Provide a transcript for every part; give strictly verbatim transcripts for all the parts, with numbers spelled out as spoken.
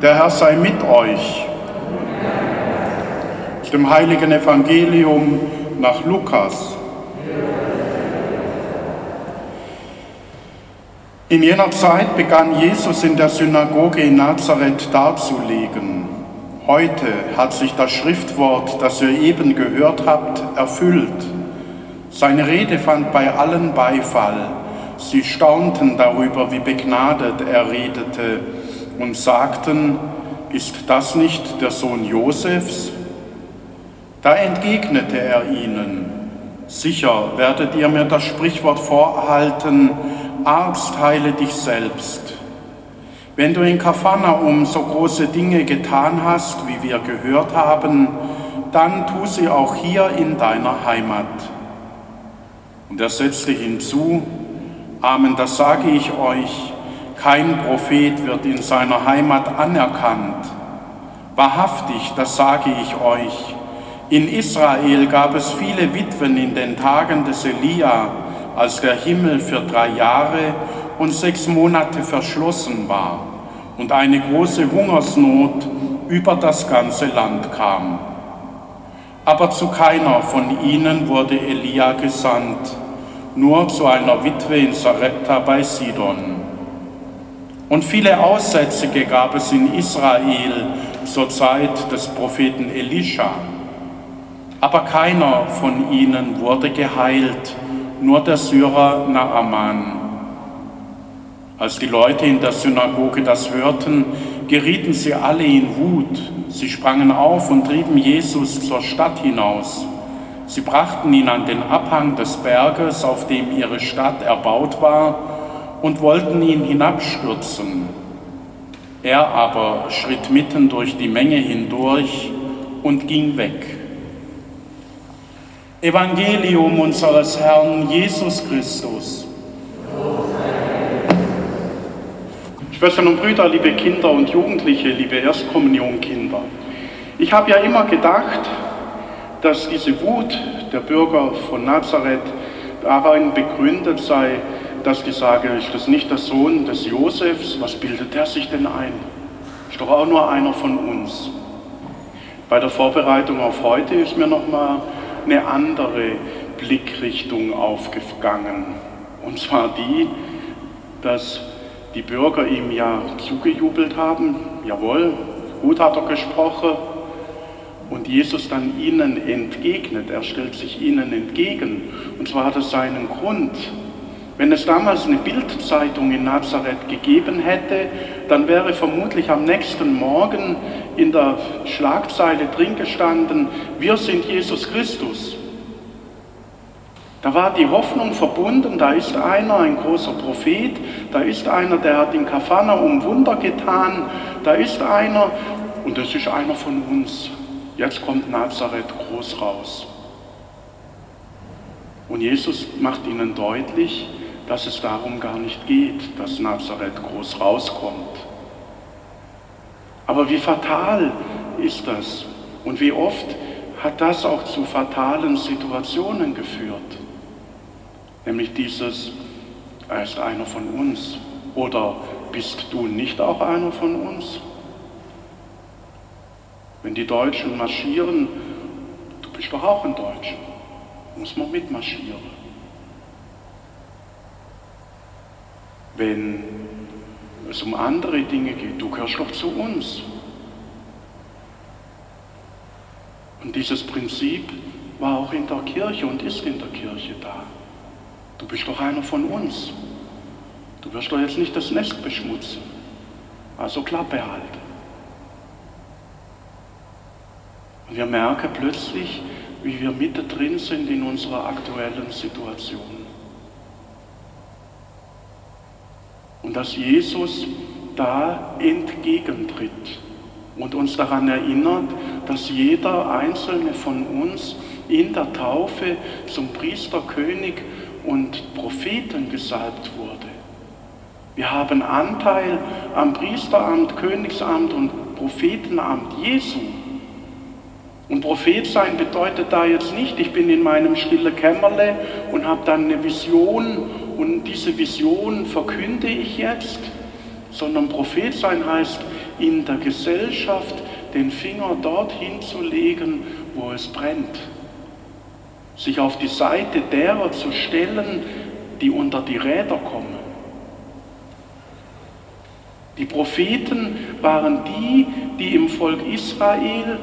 Der Herr sei mit euch. Aus dem heiligen Evangelium nach Lukas. In jener Zeit begann Jesus in der Synagoge in Nazareth darzulegen: Heute hat sich das Schriftwort, das ihr eben gehört habt, erfüllt. Seine Rede fand bei allen Beifall. Sie staunten darüber, wie begnadet er redete, und sagten: Ist das nicht der Sohn Josefs? Da entgegnete er ihnen: Sicher werdet ihr mir das Sprichwort vorhalten: Arzt, heile dich selbst. Wenn du in Kapharnaum so große Dinge getan hast, wie wir gehört haben, dann tu sie auch hier in deiner Heimat. Und er setzte hinzu: Amen, das sage ich euch, kein Prophet wird in seiner Heimat anerkannt. Wahrhaftig, das sage ich euch, in Israel gab es viele Witwen in den Tagen des Elia, als der Himmel für drei Jahre und sechs Monate verschlossen war und eine große Hungersnot über das ganze Land kam. Aber zu keiner von ihnen wurde Elia gesandt, nur zu einer Witwe in Sarepta bei Sidon. Und viele Aussätzige gab es in Israel zur Zeit des Propheten Elisha. Aber keiner von ihnen wurde geheilt, nur der Syrer Naaman. Als die Leute in der Synagoge das hörten, gerieten sie alle in Wut. Sie sprangen auf und trieben Jesus zur Stadt hinaus. Sie brachten ihn an den Abhang des Berges, auf dem ihre Stadt erbaut war, und wollten ihn hinabstürzen. Er aber schritt mitten durch die Menge hindurch und ging weg. Evangelium unseres Herrn Jesus Christus. Schwestern und Brüder, liebe Kinder und Jugendliche, liebe Erstkommunionkinder. Ich habe ja immer gedacht, dass diese Wut der Bürger von Nazareth darin begründet sei, dass die sagen: Ist das nicht der Sohn des Josefs? Was bildet der sich denn ein? Ist doch auch nur einer von uns. Bei der Vorbereitung auf heute ist mir nochmal eine andere Blickrichtung aufgegangen. Und zwar die, dass die Bürger ihm ja zugejubelt haben. Jawohl, gut hat er gesprochen. Und Jesus dann ihnen entgegnet. Er stellt sich ihnen entgegen. Und zwar hat es seinen Grund. Wenn es damals eine Bildzeitung in Nazareth gegeben hätte, dann wäre vermutlich am nächsten Morgen in der Schlagzeile drin gestanden: Wir sind Jesus Christus. Da war die Hoffnung verbunden, da ist einer, ein großer Prophet, da ist einer, der hat in Kapharnaum Wunder getan, da ist einer, und das ist einer von uns. Jetzt kommt Nazareth groß raus. Und Jesus macht ihnen deutlich, dass es darum gar nicht geht, dass Nazareth groß rauskommt. Aber wie fatal ist das? Und wie oft hat das auch zu fatalen Situationen geführt? Nämlich dieses: Er ist einer von uns. Oder: Bist du nicht auch einer von uns? Wenn die Deutschen marschieren: Du bist doch auch ein Deutscher. Muss man mitmarschieren. Wenn es um andere Dinge geht: Du gehörst doch zu uns. Und dieses Prinzip war auch in der Kirche und ist in der Kirche da. Du bist doch einer von uns. Du wirst doch jetzt nicht das Nest beschmutzen. Also Klappe halten. Und wir merken plötzlich, wie wir mittendrin sind in unserer aktuellen Situation. Und dass Jesus da entgegentritt und uns daran erinnert, dass jeder einzelne von uns in der Taufe zum Priester, König und Propheten gesalbt wurde. Wir haben Anteil am Priesteramt, Königsamt und Prophetenamt Jesu. Und Prophet sein bedeutet da jetzt nicht: Ich bin in meinem stillen Kämmerle und habe dann eine Vision und diese Vision verkünde ich jetzt, sondern Prophet sein heißt: in der Gesellschaft den Finger dorthin zu legen, wo es brennt. Sich auf die Seite derer zu stellen, die unter die Räder kommen. Die Propheten waren die, die im Volk Israel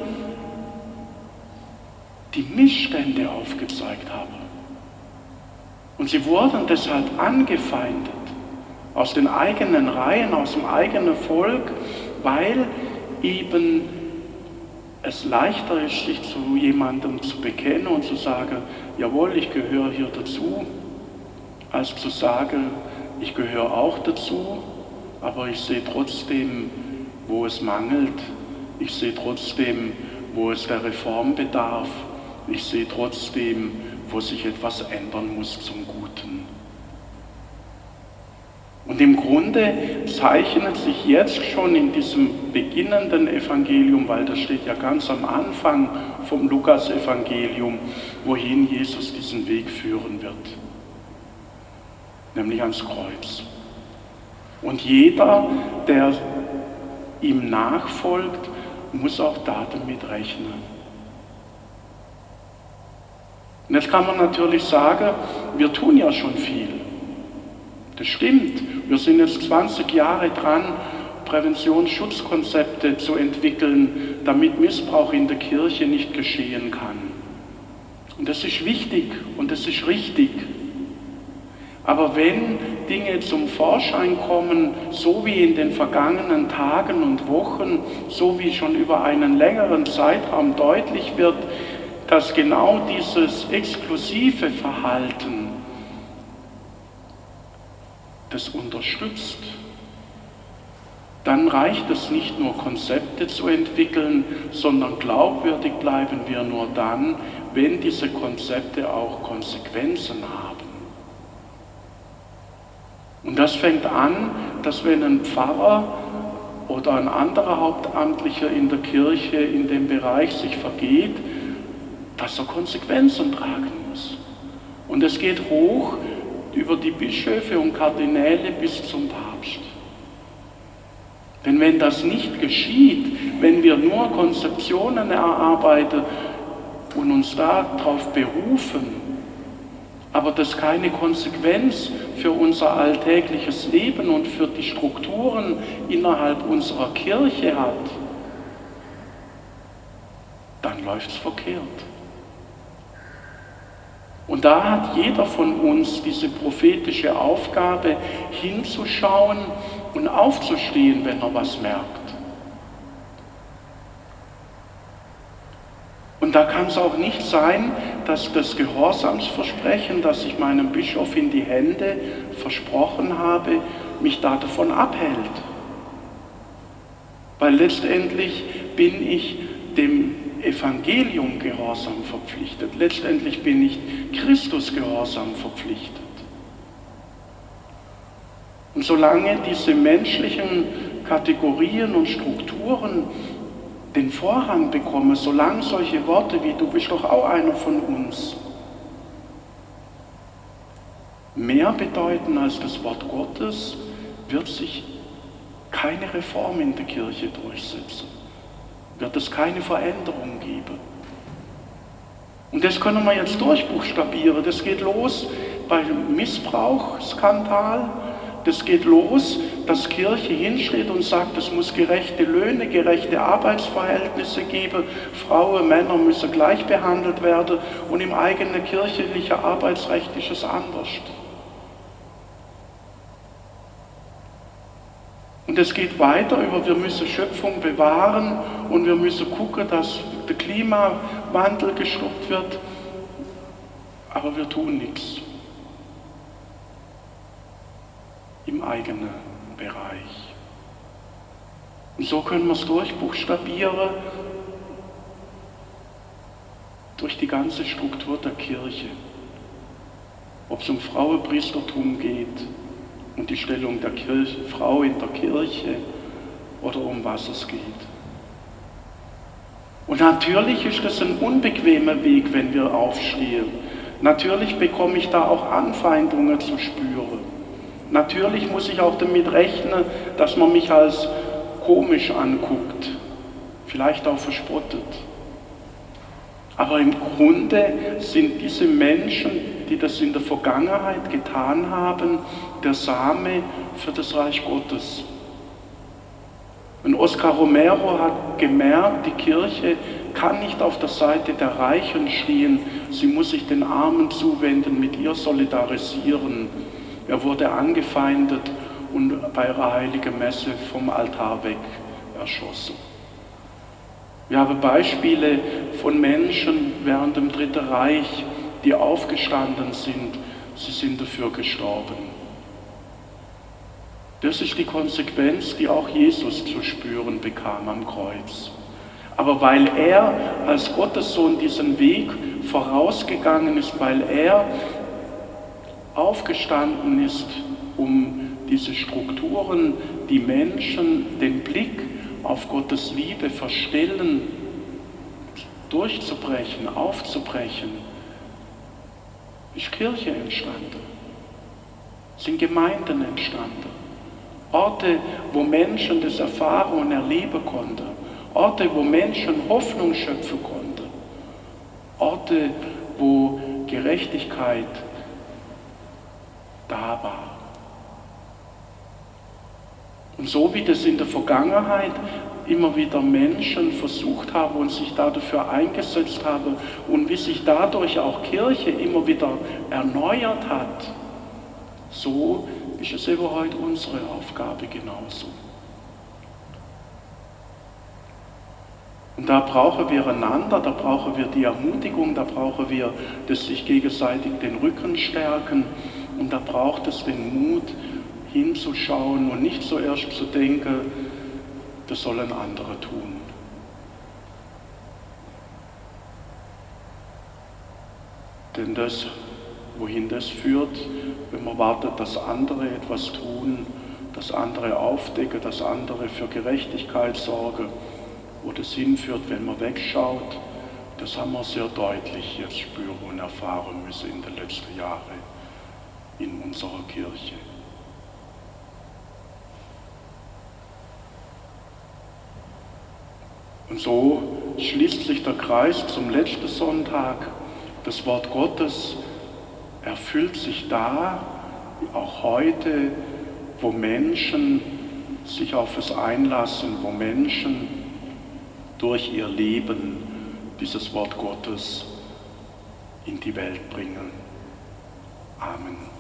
die Missstände aufgezeigt haben. Und sie wurden deshalb angefeindet aus den eigenen Reihen, aus dem eigenen Volk, weil eben es leichter ist, sich zu jemandem zu bekennen und zu sagen, jawohl, ich gehöre hier dazu, als zu sagen, ich gehöre auch dazu, aber ich sehe trotzdem, wo es mangelt. Ich sehe trotzdem, wo es der Reform bedarf. Ich sehe trotzdem, wo sich etwas ändern muss zum Guten. Und im Grunde zeichnet sich jetzt schon in diesem beginnenden Evangelium, weil das steht ja ganz am Anfang vom Lukas-Evangelium, wohin Jesus diesen Weg führen wird, nämlich ans Kreuz. Und jeder, der ihm nachfolgt, muss auch damit rechnen. Und jetzt kann man natürlich sagen, wir tun ja schon viel. Das stimmt. Wir sind jetzt zwanzig Jahre dran, Präventionsschutzkonzepte zu entwickeln, damit Missbrauch in der Kirche nicht geschehen kann. Und das ist wichtig und das ist richtig. Aber wenn Dinge zum Vorschein kommen, so wie in den vergangenen Tagen und Wochen, so wie schon über einen längeren Zeitraum deutlich wird, dass genau dieses exklusive Verhalten das unterstützt, dann reicht es nicht nur, Konzepte zu entwickeln, sondern glaubwürdig bleiben wir nur dann, wenn diese Konzepte auch Konsequenzen haben. Und das fängt an, dass wenn ein Pfarrer oder ein anderer Hauptamtlicher in der Kirche in dem Bereich sich vergeht, dass er Konsequenzen tragen muss. Und es geht hoch über die Bischöfe und Kardinäle bis zum Papst. Denn wenn das nicht geschieht, wenn wir nur Konzeptionen erarbeiten und uns darauf berufen, aber das keine Konsequenz für unser alltägliches Leben und für die Strukturen innerhalb unserer Kirche hat, dann läuft es verkehrt. Und da hat jeder von uns diese prophetische Aufgabe, hinzuschauen und aufzustehen, wenn er was merkt. Und da kann es auch nicht sein, dass das Gehorsamsversprechen, das ich meinem Bischof in die Hände versprochen habe, mich da davon abhält. Weil letztendlich bin ich dem Evangelium Gehorsam verpflichtet. Letztendlich bin ich Christus Gehorsam verpflichtet. Und solange diese menschlichen Kategorien und Strukturen den Vorrang bekommen, solange solche Worte wie du bist doch auch einer von uns mehr bedeuten als das Wort Gottes, wird sich keine Reform in der Kirche durchsetzen. Wird es keine Veränderung geben. Und das können wir jetzt durchbuchstabieren. Das geht los beim Missbrauchsskandal. Das geht los, dass Kirche hinsteht und sagt, es muss gerechte Löhne, gerechte Arbeitsverhältnisse geben. Frauen, Männer müssen gleich behandelt werden und im eigenen kirchlichen Arbeitsrecht ist es anders. Und es geht weiter über, wir müssen Schöpfung bewahren und wir müssen gucken, dass der Klimawandel gestoppt wird. Aber wir tun nichts im eigenen Bereich. Und so können wir es durchbuchstabieren durch die ganze Struktur der Kirche. Ob es um Frauenpriestertum geht und die Stellung der Kirche, Frau in der Kirche oder um was es geht. Und natürlich ist das ein unbequemer Weg, wenn wir aufstehen. Natürlich bekomme ich da auch Anfeindungen zu spüren. Natürlich muss ich auch damit rechnen, dass man mich als komisch anguckt, vielleicht auch verspottet. Aber im Grunde sind diese Menschen, die das in der Vergangenheit getan haben, der Same für das Reich Gottes. Und Oscar Romero hat gemerkt, die Kirche kann nicht auf der Seite der Reichen stehen, sie muss sich den Armen zuwenden, mit ihr solidarisieren. Er wurde angefeindet und bei ihrer heiligen Messe vom Altar weg erschossen. Wir haben Beispiele von Menschen während dem Dritten Reich, die aufgestanden sind, sie sind dafür gestorben. Das ist die Konsequenz, die auch Jesus zu spüren bekam am Kreuz. Aber weil er als Gottessohn diesen Weg vorausgegangen ist, weil er aufgestanden ist, um diese Strukturen, die Menschen den Blick auf Gottes Liebe verstellen, durchzubrechen, aufzubrechen, ist Kirche entstanden, sind Gemeinden entstanden. Orte, wo Menschen das erfahren und erleben konnten. Orte, wo Menschen Hoffnung schöpfen konnten. Orte, wo Gerechtigkeit da war. Und so wie das in der Vergangenheit immer wieder Menschen versucht haben und sich dafür eingesetzt haben und wie sich dadurch auch Kirche immer wieder erneuert hat, so ist es eben heute unsere Aufgabe genauso. Und da brauchen wir einander, da brauchen wir die Ermutigung, da brauchen wir das sich gegenseitig den Rücken stärken und da braucht es den Mut, hinzuschauen und nicht zuerst zu denken, das sollen andere tun. Denn das, wohin das führt, wenn man wartet, dass andere etwas tun, dass andere aufdecken, dass andere für Gerechtigkeit sorgen, wo das hinführt, wenn man wegschaut, das haben wir sehr deutlich jetzt spüren und erfahren müssen in den letzten Jahren in unserer Kirche. Und so schließt sich der Kreis zum letzten Sonntag. Das Wort Gottes erfüllt sich da, auch heute, wo Menschen sich auf es einlassen, wo Menschen durch ihr Leben dieses Wort Gottes in die Welt bringen. Amen.